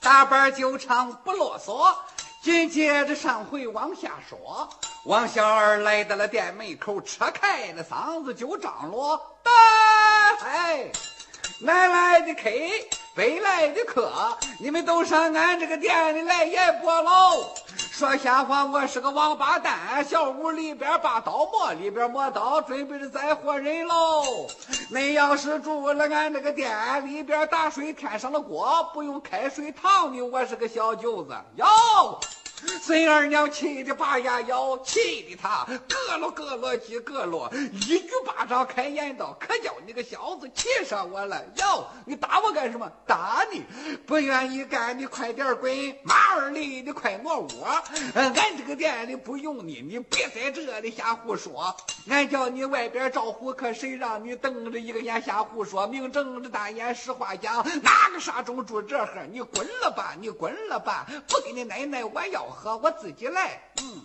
大板酒场不啰嗦，紧接着上回往下说。王小二来到了店门口，扯开了嗓子就张罗：哎，南来的客，北来的客，你们都上俺这个店里来演播喽！说瞎话，我是个王八蛋，小屋里边把刀磨，里边磨刀，准备着宰活人喽。恁要是住了俺这个店里边，打水添上了锅，不用开水烫你，我是个小舅子哟。孙二娘气得拔牙咬，气得他咯咯咯咯几咯咯，一举巴掌开言道：可叫你个小子气上我了！哟，你打我干什么？打你！不愿意干你快点滚！马二里你快挪窝！俺这个店里不用你，你别在这里瞎胡说！俺叫你外边招呼客，谁让你瞪着一个眼瞎胡说？明睁着大眼实话讲，哪个杀中住这呵？你滚了吧！你滚了吧！不给你奶奶我要喝，我自己来。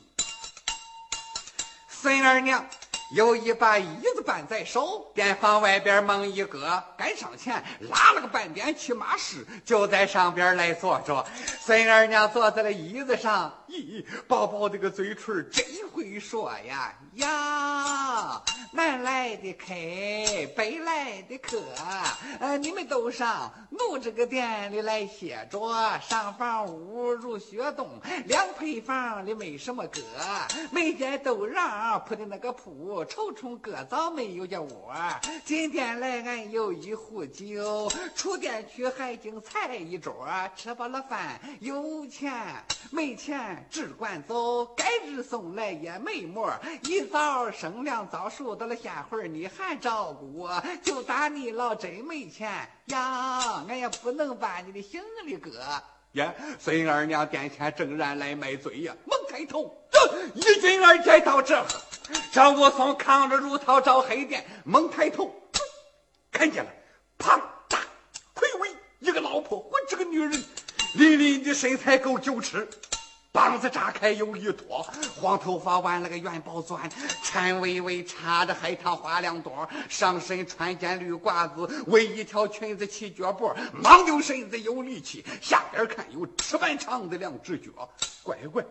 孙二娘有一把椅子搬在手，店房外边猛一个，赶上前拉了个半边骑马式，就在上边来坐着。孙二娘坐在了椅子上，咦，薄薄的个嘴唇真会说呀呀！南来的客，北来的客，你们都上奴这个店里来歇着。上房屋如雪洞，两配房里没什么个，每间都让铺的那个铺，臭虫各早没有这窝。进店来俺有一壶酒，出店去还经菜一桌，吃饱了饭有钱没钱只管走，该日送来也没么。一早生亮早熟到了下回你还照顾我，就打你老真没钱呀，俺也不能把你的行李搁呀。孙二娘店前正然来卖嘴呀，猛抬头，一军二姐到这，张武松扛着乳桃找黑店，猛抬头，看见了，胖大魁伟一个老婆，我这个女人凛凛的身材够9尺，膀子炸开有一坨，黄头发挽了个元宝钻，颤巍巍插着海棠花两朵，上身穿件绿褂子，围一条裙子齐脚脖，忙溜身子有力气，下边看有尺半长的两只脚，乖乖，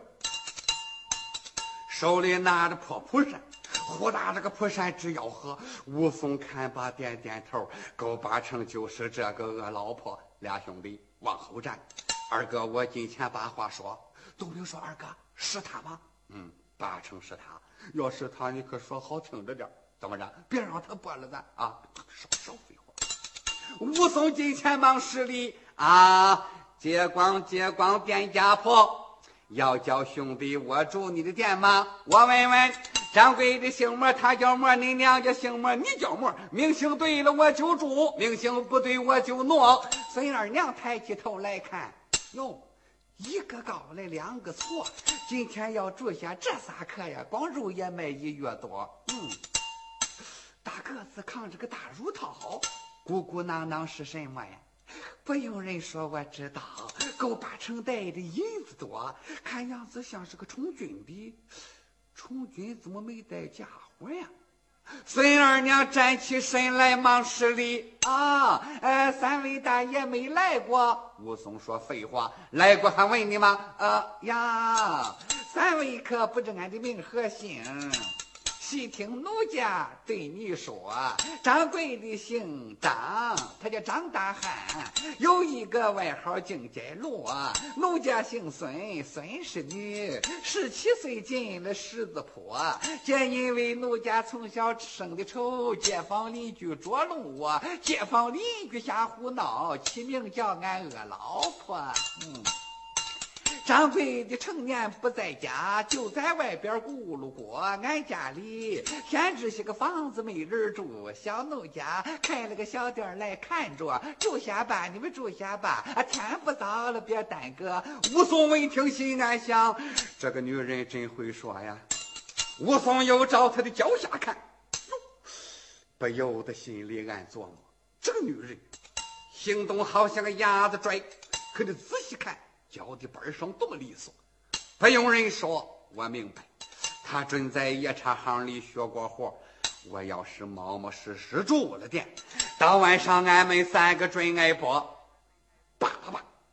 手里拿着破蒲扇，呼打这个蒲扇直吆喝。武松看罢点点头，够八成就是这个恶老婆。俩兄弟往后站，二哥我近前把话说。东平说：“二哥是他吗？”八成是他。要是他，你可说好听着点，怎么着？别让他剥了咱啊！少废话。武松近前忙施礼啊！接光店家婆，要叫兄弟我住你的店吗？我问问掌柜的姓么？他叫么？你娘家姓么？你叫么？名姓对了我就住，名姓不对我就挪。孙二娘抬起头来看，哟。一个高来两个错，今天要住下这仨客呀，光肉也卖1月多。大个子扛着个大乳桃，鼓鼓囊囊是什么呀？不用人说我知道，够八成带的银子多，看样子像是个充军的。充军怎么没带家伙呀？孙二娘站起身来忙施礼啊！三位大爷没来过。武松说：“废话，来过还问你吗？呀，三位可不知俺的名和姓。细听奴家对你说，掌柜的姓张，他叫张大汉，有一个外号金街路。奴家姓孙，孙是女，17岁进了狮子坡。皆因为奴家从小生的丑，街坊邻居捉弄我，街坊邻居瞎胡闹，起名叫俺恶老婆。掌柜的成年不在家，就在外边咕噜过。俺家里闲置些个房子没人住，小奴家开了个小店来看着，住下吧，你们住下吧，天不早了，别耽搁。武松闻听心暗想，这个女人真会说呀。武松又照他的脚下看，不由得心里暗琢磨，这个女人行动好像个鸭子拽，可你仔细看脚的板上多么利索。不用人说，我明白，他准在夜叉行里学过活。我要是冒冒失失住了店，到晚上俺们3个准挨剥，叭叭叭，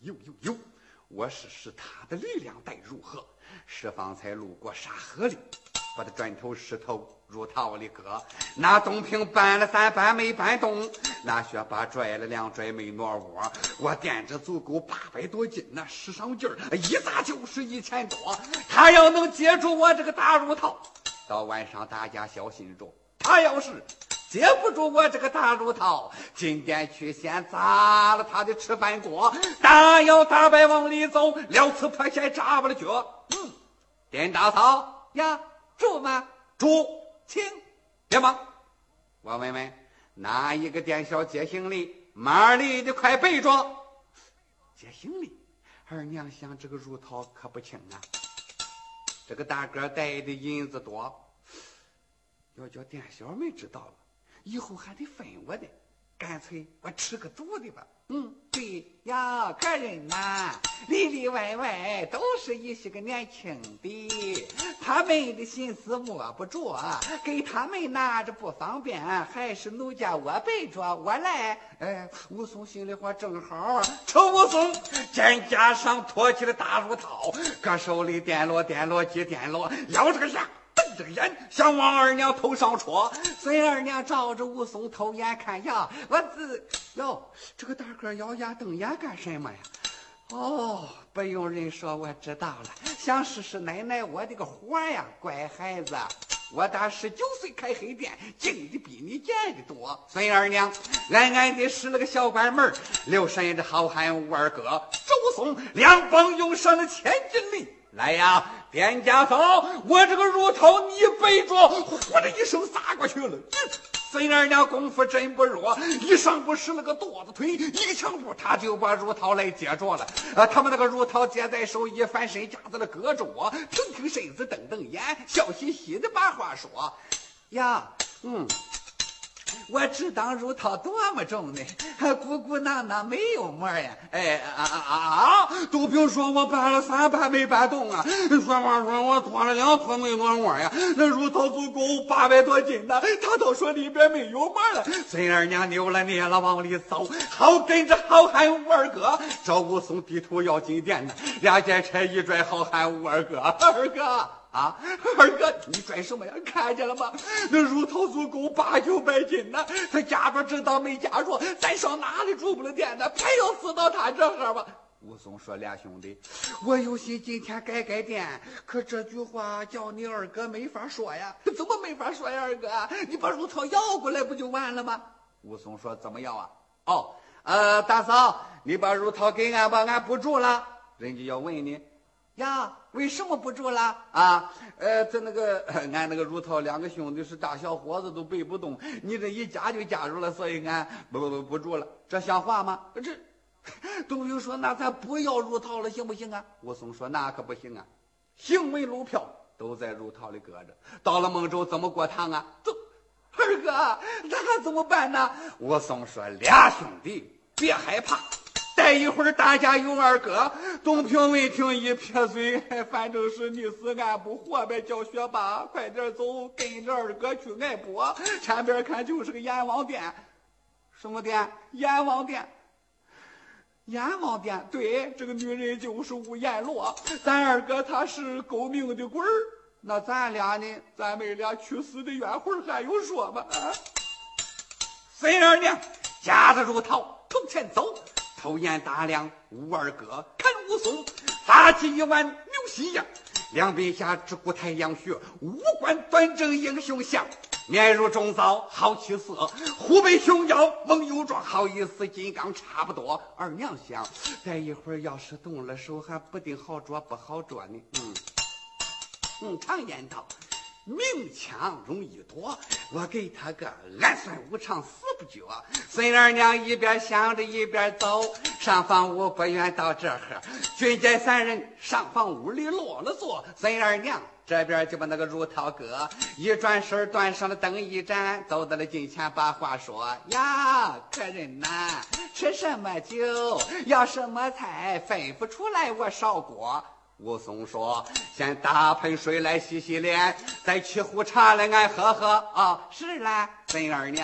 呦呦呦！我试试他的力量待如何？是方才路过沙河里，把他砖头石头入套里搁，那东平搬了3搬没搬动，那学把拽了2拽没挪窝。我垫着足够800多斤，那使上劲儿一砸就是1000多。他要能接住我这个大乳套，到晚上大家小心着。他要是接不住我这个大乳套，今天去先砸了他的吃饭锅，大摇大摆往里走，撩刺破线扎不了脚。店大嫂呀，住吗？住，请别忙。我问问哪一个店小接行李？马里的快备着。接行李，二娘想这个乳套可不轻啊，这个大哥带的银子多，要叫店小妹知道了，以后还得分我的，干脆我吃个足的吧。对呀，客人呐，里里外外都是一些个年轻的，他们的心思摸不着，给他们拿着不方便，还是奴家我背着我来。武松心里话正好，瞅武松肩胛上托起了大乳套，搁手里掂落掂落几掂落，咬着个牙，瞪着个眼，想往二娘头上戳。孙二娘照着武松偷眼看呀，这个大个咬牙瞪眼干什么呀？不用人说我知道了，想试试奶奶我的个活呀，乖孩子，我打19岁开黑店，进的比你见的多。孙二娘暗暗地使了个小关门，留神着好汉武二哥周松两帮用上了1000斤力。来呀，店家嫂，我这个乳头你背着，呼的一声撒过去了。孙二娘功夫真不弱，一上步使了个跺子腿，一个抢步他就把乳套来接着了。他们那个乳套接在手，一翻身夹在了胳肢窝，挺挺身子，瞪瞪眼，笑嘻嘻的把话说呀，我只当乳套多么重呢，鼓鼓囊囊没有膜呀！都别说我搬了3搬没搬动啊，说话说我拖了2拖没挪膜呀，那乳套足够800多斤呢，他都说里边没有膜了。孙二娘扭了捏了往里走，好跟着好汉武二哥，赵武松低头要进店呢，2件车一拽，好汉武二哥，二哥。二哥，你拽什么呀？看见了吗？那乳头足够8、900斤呢，他夹着知道没夹着，咱上哪里住不了店呢？偏要死到他这儿吧？武松说：“俩兄弟，我有心今天改店，可这句话叫你二哥没法说呀。怎么没法说呀？二哥，你把乳头要过来不就完了吗？”武松说：“怎么要啊？大嫂，你把乳头给俺吧，俺不住了。人家要问你。”呀，为什么不住了啊？这俺那个乳套2个兄弟是大小伙子都背不动，你这一夹就夹住了，所以俺不住了。这像话吗？这都有说那咱不要乳套了，行不行啊？武松说那可不行啊，行为路票都在乳套里搁着，到了孟州怎么过堂啊？二哥，那怎么办呢？武松说俩兄弟别害怕。待一会儿大家有二哥，东平文听一撇嘴，反正是你死俺不活呗，叫学霸快点走，跟着二哥去挨播。前边看就是个阎王殿。什么殿？阎王殿。阎王殿，对，这个女人就是吴阎罗，咱二哥他是狗命的鬼儿，那咱俩呢？咱们俩去死的冤魂还用说吗？孙二娘夹着乳套从前走，偷眼打量吴二哥，看武松发起一碗牛膝样，两鬓下只顾太阳穴，五官端正英雄相，面如重枣好气色，虎背熊腰猛有壮，好意思金刚差不多。二娘想待一会儿要是动了手，还不定好捉不好捉呢。常言道明枪容易躲，我给他个暗算无常死不久。孙二娘一边想着一边走，上房屋不远到这儿，军家3人上房屋里落了座，孙二娘这边就把那个乳套哥一转身端上了灯一盏，走到了近前把话说呀，客人呐，吃什么酒要什么菜吩咐出来我烧锅。武松说先打盆水来洗洗脸，再沏壶茶来俺喝喝。是啦。孙二娘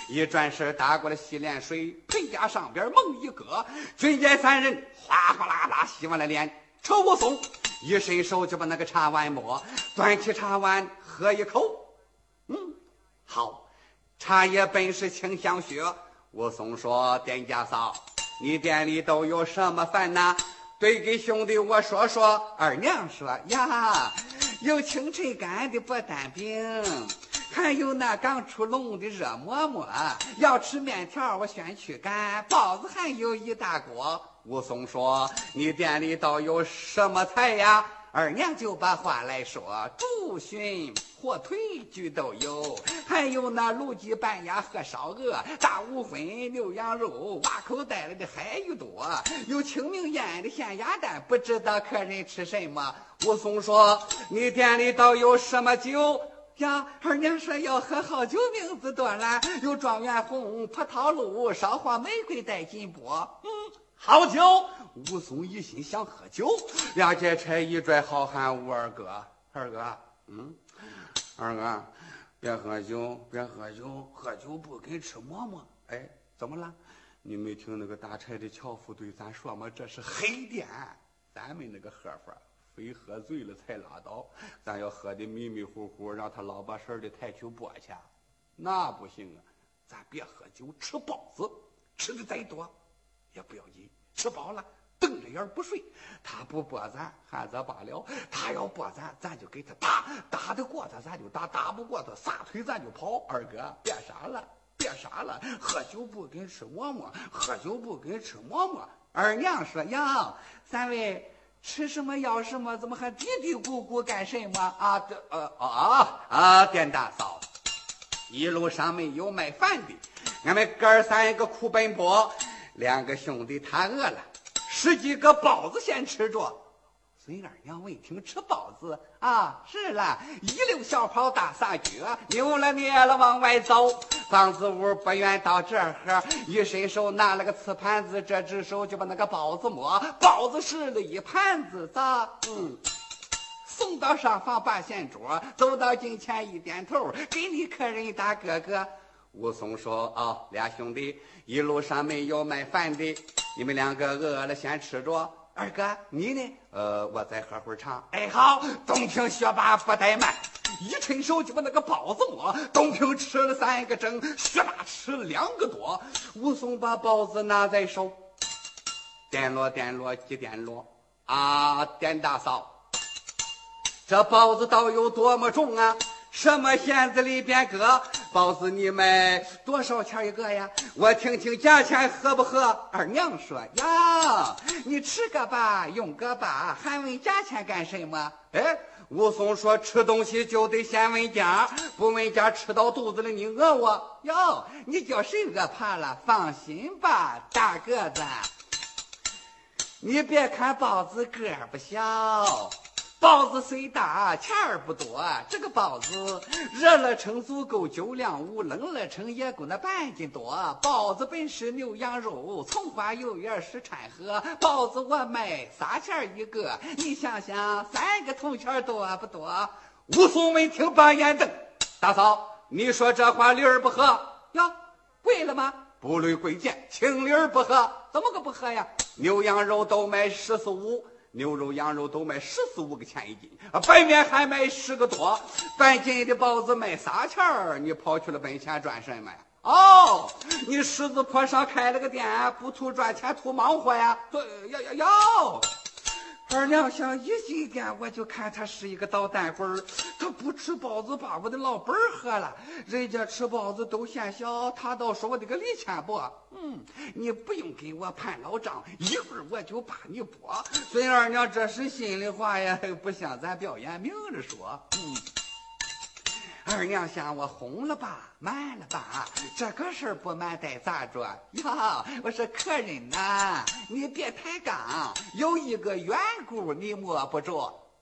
一转身打过来洗脸水，盆架上边猛一搁，军监三人哗哗啦啦洗完了脸。扯武松一伸手就把那个茶碗摸，端起茶碗喝一口，好，茶叶本是清香血。武松说：“店家嫂，你店里都有什么饭呐？对给兄弟我说说。”二娘说：“呀，有清晨干的薄蛋饼，还有那刚出笼的热馍馍，要吃面条我选去干，包子还有一大锅。”武松说：“你店里倒有什么菜呀？”二娘就把话来说：“猪膺、火腿俱都有，还有那卤鸡、板鸭和烧鹅，大五荤、牛羊肉，挖口袋里的还有多，有清明腌的咸鸭蛋，不知道客人吃什么。”武松说：“你店里倒有什么酒呀？”二娘说：“要喝好酒，名字多了，有状元红、葡萄露、烧黄玫瑰带金箔。”好酒。武松一心想喝酒，俩劫差一拽好汉武二哥：“二哥，二哥，别喝酒，别喝酒，喝酒不跟吃馍馍。”哎，怎么了？你没听那个大差的樵夫对咱说吗？这是黑店，咱们那个喝法非喝醉了才拉倒，咱要喝的迷迷糊糊，让他老把事的抬去拨去，那不行啊！咱别喝酒，吃包子，吃的再多也不要紧，吃饱了瞪着眼不睡。他不拨咱还则罢了，他要拨咱就给他打，打得过他咱就打，打不过他撒腿咱就跑。二哥别傻了，别傻了，喝酒不跟吃馍馍，喝酒不跟吃馍馍。二娘说：“呀，三位吃什么要什么，怎么还嘀嘀咕咕干什么啊？店大嫂，一路上没有卖饭的，俺们哥三个苦奔波，两个兄弟他饿了，10几个包子先吃着。”孙二娘闻听吃包子啊，是了，一溜小跑大撒脚，扭了捏了往外走。房子屋不愿到这儿喝，一伸手拿了个瓷盘子，这只手就把那个包子摸，包子拾了一盘子咋？送到上房把掀桌，走到近前一点头，给你客人打哥哥。武松说：“俩兄弟一路上没有卖饭的，你们两个饿了先吃着。二哥你呢？我再喝会儿茶。”哎，好。东平学霸不怠慢，一伸手就把那个包子摸，东平吃了3个整，学霸吃了2个多。武松把包子拿在手，掂落掂落几掂落啊！店大嫂，这包子倒有多么重啊？什么馅子里边搁？包子你卖多少钱一个呀？我听听价钱合不合？二娘说：“呀，你吃个吧，用个吧，还问价钱干什么？”哎，武松说：“吃东西就得先问价，不问价吃到肚子里你饿我。哟，你叫谁饿怕了？放心吧，大个子，你别看包子个儿不小，包子虽大钱儿不多，这个包子热了称足够9两5，冷了称也够那半斤多。包子本是牛羊肉，葱花油盐是掺和，包子我卖3钱一个，你想想3个铜钱多不多？”武松闻听把眼瞪：“大嫂，你说这话理儿不合呀？贵了吗？不论贵贱，情理儿不合。怎么个不合呀？牛羊肉都卖14、15，牛肉羊肉都卖14、15个钱一斤，白面还卖10个多，半斤的包子卖3钱，你跑去了本钱赚什么呀？你狮子坡上开了个店，不图赚钱图忙活呀？对，要。二娘想一进店我就看他是一个捣蛋鬼儿，他不吃包子把我的老本喝了，人家吃包子都嫌小，他倒说我这个李钱伯。你不用给我盘老账，一会儿我就把你剥。孙二娘这是心里话呀，不像咱表演明着说。二娘想我红了吧，瞒了吧，这个事儿不瞒得咋着呀？我说客人呐，你别抬杠，有一个缘故你摸不着。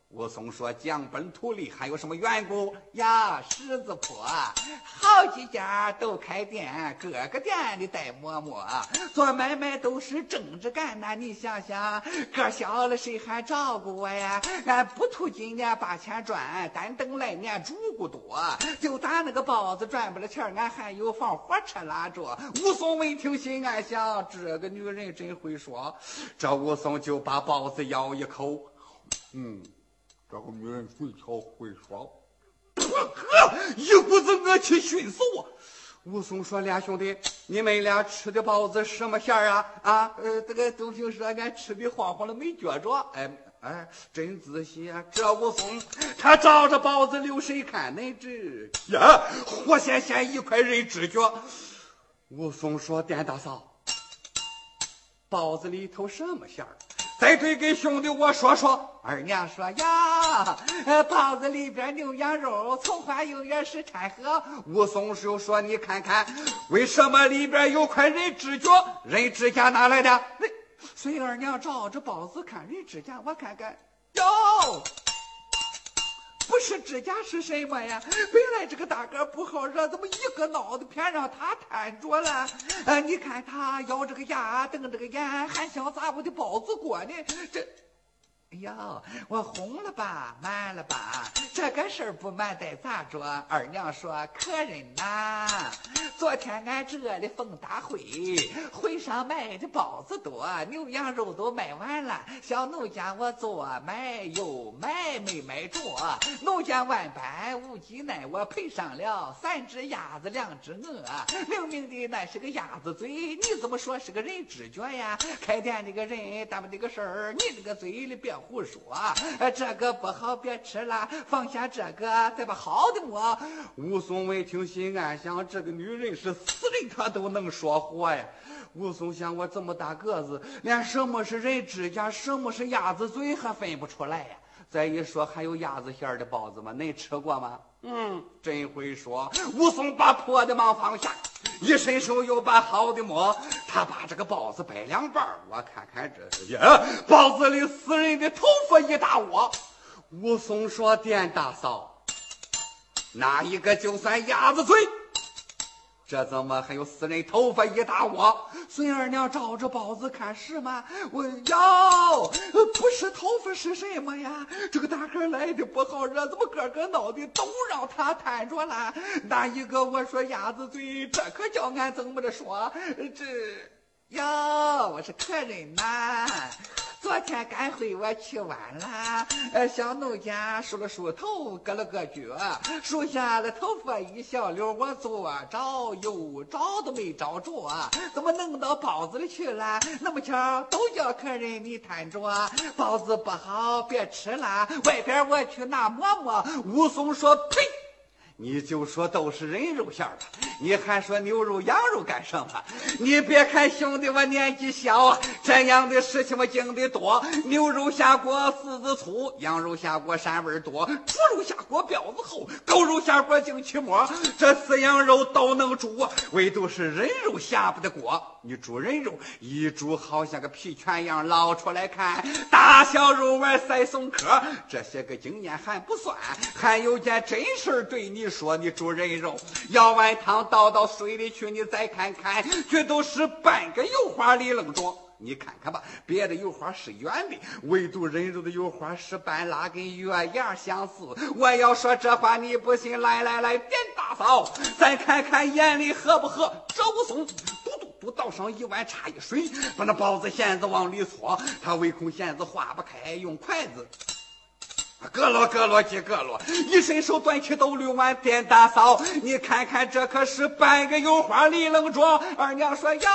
武松说：“降本土里还有什么缘故呀？狮子坡好几家都开店，各个店里带馍馍，做买卖都是正着干呐。你想想，个小了谁还照顾我呀？俺不图今年8000赚，但等来年主顾多。就打那个包子赚不了钱，俺还有房火车拉着。”武松闻听心暗想：这个女人真会说。这武松就把包子咬一口，这个女人嘴巧会说，一股子恶气熏死我。武松说：“俩兄弟，你们俩吃的包子什么馅儿啊？这个东西说俺吃的晃晃的没觉着。真仔细啊！这武松他照着包子留神看，那只呀，活鲜鲜一块人指觉。”武松说：“店大嫂，包子里头什么馅儿？再对给兄弟我说说。”二娘说：“呀，包子里边牛羊肉，葱花油也是掺和。”武松就说：“你看看，为什么里边有块人指甲？人指甲哪来的？”随二娘照着包子看，人指甲我看看，哟，不是指甲是什么呀？本来这个大个不好惹，怎么一个脑袋偏让他摊着了？你看他咬这个牙，瞪这个眼，还想砸我的包子锅呢？这，哎呀，我红了吧，瞒了吧？这个事儿不瞒得咋着？二娘说：“客人呐，昨天俺这里逢大会，会上卖的包子多，牛羊肉都卖完了。小奴家我做买又买没买着，奴家万般无计奈，我赔上了3只鸭子2只鹅，明明的那是个鸭子嘴，你怎么说是个人指觉呀？开店这个人咱们这个事儿，你这个嘴里别胡说，这个不好别吃了，放下这个再把好的馍。”武松闻听心暗想：这个女人是死人她都能说活呀。武松想：我这么大个子，连什么是人指甲，什么是鸭子嘴还分不出来呀。再一说，还有鸭子馅的包子吗？恁吃过吗？真会说。武松把破的忙放下，一伸手又把好的摸，他把这个包子掰2半，我看看这是包子里死人的头发一大窝。武松说：“店大嫂，哪一个就算鸭子嘴？这怎么还有死人头发一大窝？”孙二娘照着包子看，是吗？我要不是头发是什么呀？这个大个来的不好惹，怎么个个脑袋都让他摊着了？哪一个我说鸭子嘴，这可叫俺怎么着说？这呀，我是客人呐。昨天赶回我去晚了，小奴家梳了梳头，割了个脚，梳下了头发一小溜，我左找右找都没找着，怎么弄到包子里去了？那么巧都叫客人你摊着，包子不好别吃了，外边我去拿馍馍。武松说：“呸！你就说都是人肉馅儿吧，你还说牛肉羊肉干什么？你别看兄弟我年纪小啊，这样的事情我经历多。牛肉下锅4子粗，羊肉下锅膻味多，猪肉下锅膘子厚，狗肉下锅精气馍，这4样肉都能煮，唯独是人肉下不得锅。你煮人肉一煮好像个皮拳一样，捞出来看，大小肉丸塞松壳，这些个经验还不算，还有件真事对你说，你煮人肉舀完汤倒到水里去，你再看看，这都是半个油花里愣着。你看看吧，别的油花是圆的，唯独人肉的油花是半拉，跟月牙相似。我要说这话你不信，来，点大嫂，咱看看眼里合不合。这武松都倒上1碗茶一水，把那包子馅子往里搓，他唯恐馅子化不开，用筷子咯咯几咯咯，一伸手端起兜里碗，店大嫂，你看看这可是半个油花里愣着。二娘说：“要。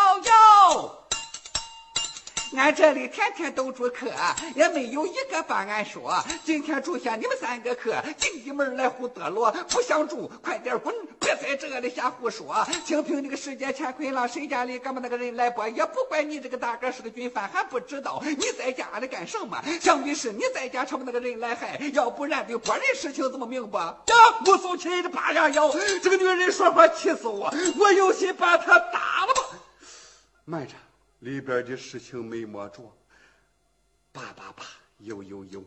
俺这里天天都住客，也没有一个把俺说。今天住下你们3个客，进进门来胡得落，不想住快点滚，别在这里瞎胡说。清平那个世界乾坤了，谁家里干嘛那个人来播，也不怪你这个大个是个军犯，还不知道你在家里干什么。想必是你在家朝那个人来害，要不然对国人事情怎么明白呀？”武松气得拔牙腰，这个女人说话气死我，我有心把她打了吧。慢着，里边的事情没摸着，叭，有。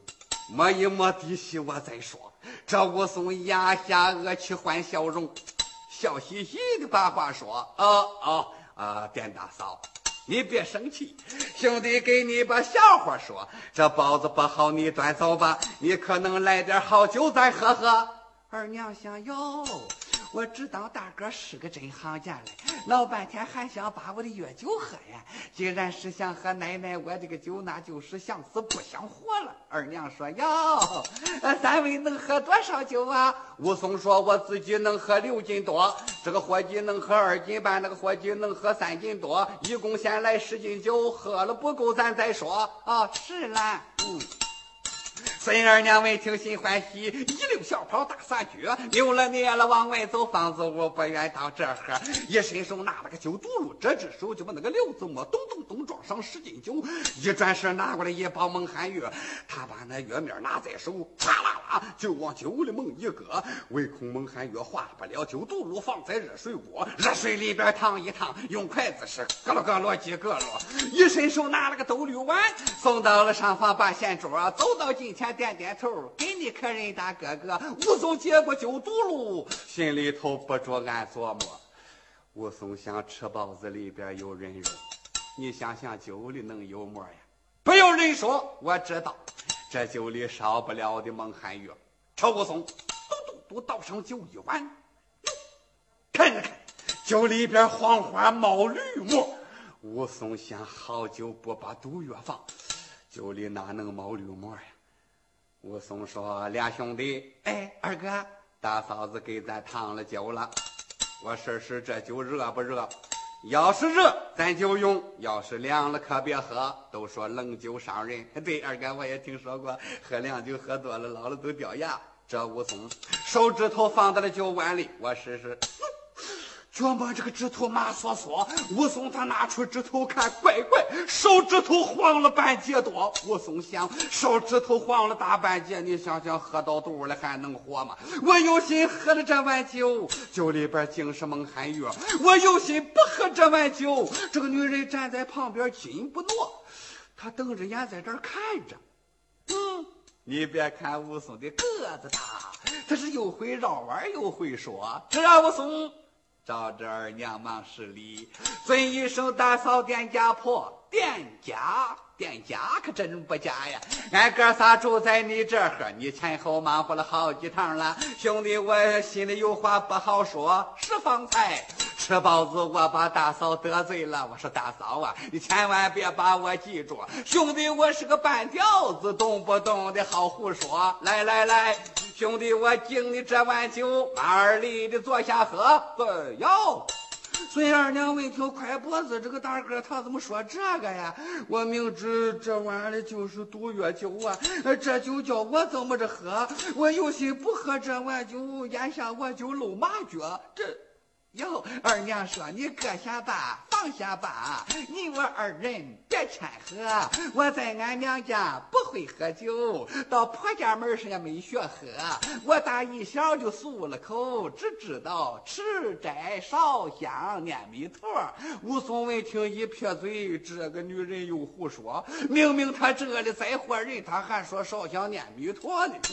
摸一摸底细，我再说。这武松压下颚气换笑容，笑嘻嘻的把话说：店大嫂，你别生气，兄弟给你把笑话说。这包子不好，你端走吧，你可能来点好酒再喝喝。二娘想哟，我知道大哥是个真行家嘞，老半天还想把我的药酒喝呀。既然是想喝奶奶我这个酒，那就是想死不想活了。二娘说哟，三位能喝多少酒啊？武松说我自己能喝6斤多，这个伙计能喝2斤半，那个伙计能喝3斤多，一共先来10斤酒，喝了不够咱再说。是啦，孙二娘闻听心欢喜，一溜小跑大撒脚，扭了捏了往外走，房子屋不愿到这喝，一伸手拿了个酒肚噜，这只手就把那个溜子摸，咚咚咚装上10斤酒，一转身拿过来一包蒙汗药，他把那药面拿在手，嚓啦啦就往酒里猛一搁，唯恐蒙汗药化不了，酒肚噜放在热水锅，热水里边烫一烫，用筷子是咯咯咯咯几个咯，一伸手拿了个兜绿碗，送到了上房把线桌，走到近前点点头，给你客人大哥哥。武松接过酒肚噜，心里头不着暗琢磨，武松想吃包子里边有人肉，你想想酒里能有沫呀？不有人说，我知道这酒里少不了的蒙汗药。瞅武松嘟嘟嘟倒上酒一碗，看着看酒里边黄花冒绿沫。武松想好酒不把毒药放，酒里哪能冒绿沫呀？武松说：俩兄弟，二哥，大嫂子给咱烫了酒了，我试试这酒热不热？要是热咱就用，要是凉了可别喝，都说冷酒伤人。对，二哥我也听说过，喝凉酒喝多了老了都掉牙。这武松手指头放到了酒碗里，我试试，就把这个指头麻嗦嗦。武松他拿出指头看，乖乖，手指头黄了半截多。武松想，手指头黄了大半截，你想想喝到肚里还能活吗？我有心喝了这碗酒，酒里边竟是蒙汗药。我有心不喝这碗酒，这个女人站在旁边紧不挪，她瞪着眼在这儿看着。你别看武松的个子大，他是又会绕弯又会说。这武松照着二娘忙施礼，尊一声大嫂店家婆。店家可真不假呀，俺哥仨住在你这儿，你前后忙活了好几趟了。兄弟我心里有话不好说，是方才吃包子我把大嫂得罪了，我说大嫂啊，你千万别把我记住，兄弟我是个半吊子，动不动的好胡说。来兄弟我敬你这碗酒，二里的坐下喝。对哟，孙二娘闻听快脖子，这个大哥他怎么说这个呀？我明知这碗里就是毒药酒啊，这酒叫我怎么着喝？我有心不喝这碗酒，眼下我就露马脚。这哟，二娘说你搁下吧，放下吧，你我二人别掺和。我在俺娘家不会喝酒，到婆家门上也没学喝。我打一小就漱了口，只知道吃斋烧香念弥陀。武松闻听一撇嘴，这个女人又胡说，明明他这里在活人，他还说烧香念弥陀呢。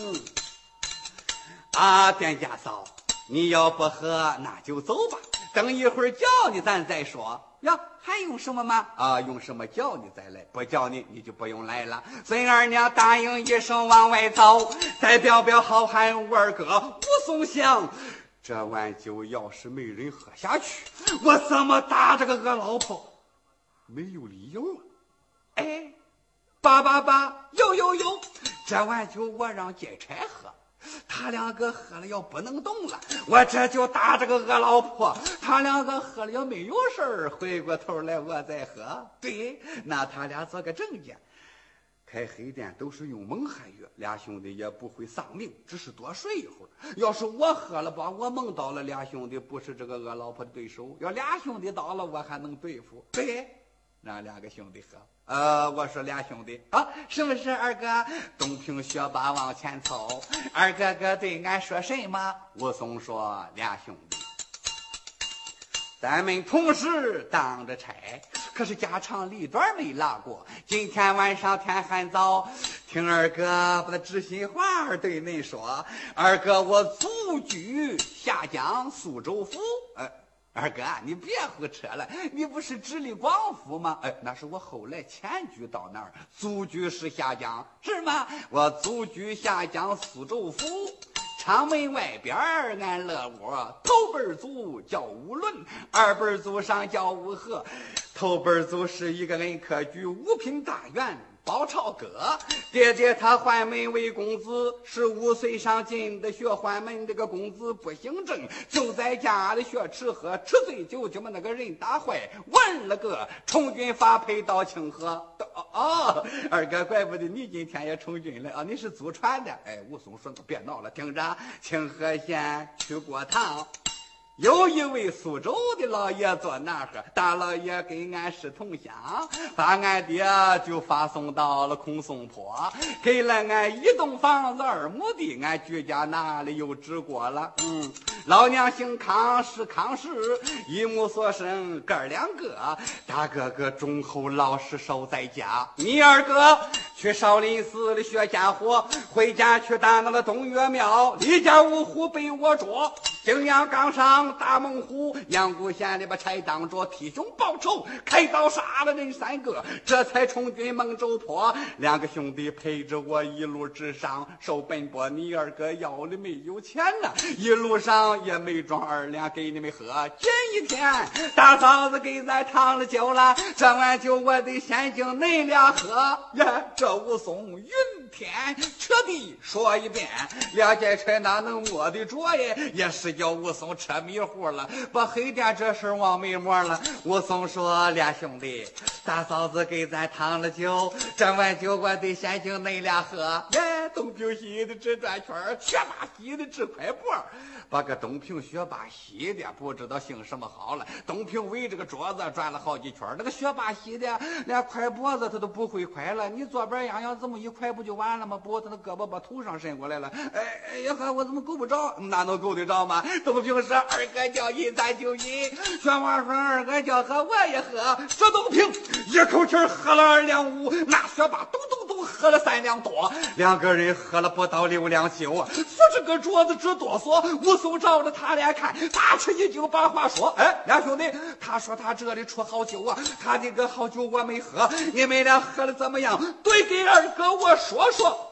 店家嫂，你要不喝那就走吧，等一会儿叫你咱再说。呀，还用什么吗？用什么叫你再来？不叫你你就不用来了。孙二娘答应一声往外走，再表表好汉武二哥。武松想，这碗酒要是没人喝下去，我怎么打这个恶老婆？没有理由啊。有，这碗酒我让劫差喝，他两个喝了要不能动了，我这就打这个恶老婆。他两个喝了要没有事儿，回过头来我再喝。对，那他俩做个证件。开黑店都是用蒙汗药，俩兄弟也不会丧命，只是多睡一会儿。要是我喝了把我蒙到了，俩兄弟不是这个恶老婆的对手。要俩兄弟到了，我还能对付。对，让两个兄弟喝。我说俩兄弟是不是二哥？东平学霸往前凑，二哥哥对俺说什么？武松说俩兄弟， 咱们同时当着差，可是家长里短没拉过。今天晚上天还早，听二哥把他知心话儿对恁说。二哥，我祖居下江苏州府。二哥，你别胡扯了，你不是直隶广府吗？那是我后来迁居到那儿，祖居是下江，是吗？我祖居下江苏州府。厂门外边安乐窝，头辈族叫五伦，二辈族上叫五和。头辈族是一个恩科举五品大员包朝哥，爹爹他换门为公子，15岁上进的学换门，这个公子不姓郑，就在家里学吃喝，吃醉酒就把那个人打坏，问了个充军发配到清河。二哥，怪不得你今天也充军了啊！你是祖传的。武松说别闹了，听着，清河县去过趟。有一位苏州的老爷坐那儿，大老爷跟俺是同乡，把俺爹就发送到了孔松坡，给了俺1栋房子2亩地，俺居家那里又治过了。老娘姓康，是康氏，一母所生哥2个，大哥哥忠厚老实守在家，你二哥去少林寺里学家伙，回家去打那个东岳庙，李家五虎被我捉，景阳冈上大猛虎，阳谷县里把柴当着，替兄报仇，开刀杀了人3个，这才充军孟州坡。2个兄弟陪着我一路直上，受奔波，你二哥腰里没有钱呢，一路上也没装2两给你们喝。今一天大嫂子给咱烫了酒了，这碗酒我得先敬恁俩喝呀。这武松云天彻地说一遍，梁建成哪能摸得着呀？也是叫武松扯迷糊了，把黑店这事忘没摸了。武松说：俩兄弟，大嫂子给咱烫了酒，这碗酒我得先敬恁俩喝。东平西的直转圈，学把西的直快脖，把个东平学把西的不知道姓什么好了。东平围着个桌子转了好几圈，那个学把西的连快脖子他都不会快了。你左边痒痒这么一快不就完了吗？不，他那胳膊把头上伸过来了。哎呀呵，我怎么够不着？哪能够得着吗？东平说：二哥叫饮咱就饮，薛王说：二哥叫喝我也喝。这东平一口气喝了2两5，那学把咚咚咚喝了3两多，2个人喝了不到6两9，扶着个桌子直哆嗦。武松照着他俩看，大吃一惊，把话说：俩兄弟，他说他这里出好酒啊，他这个好酒我没喝，你们俩喝了怎么样？对给二哥我说说。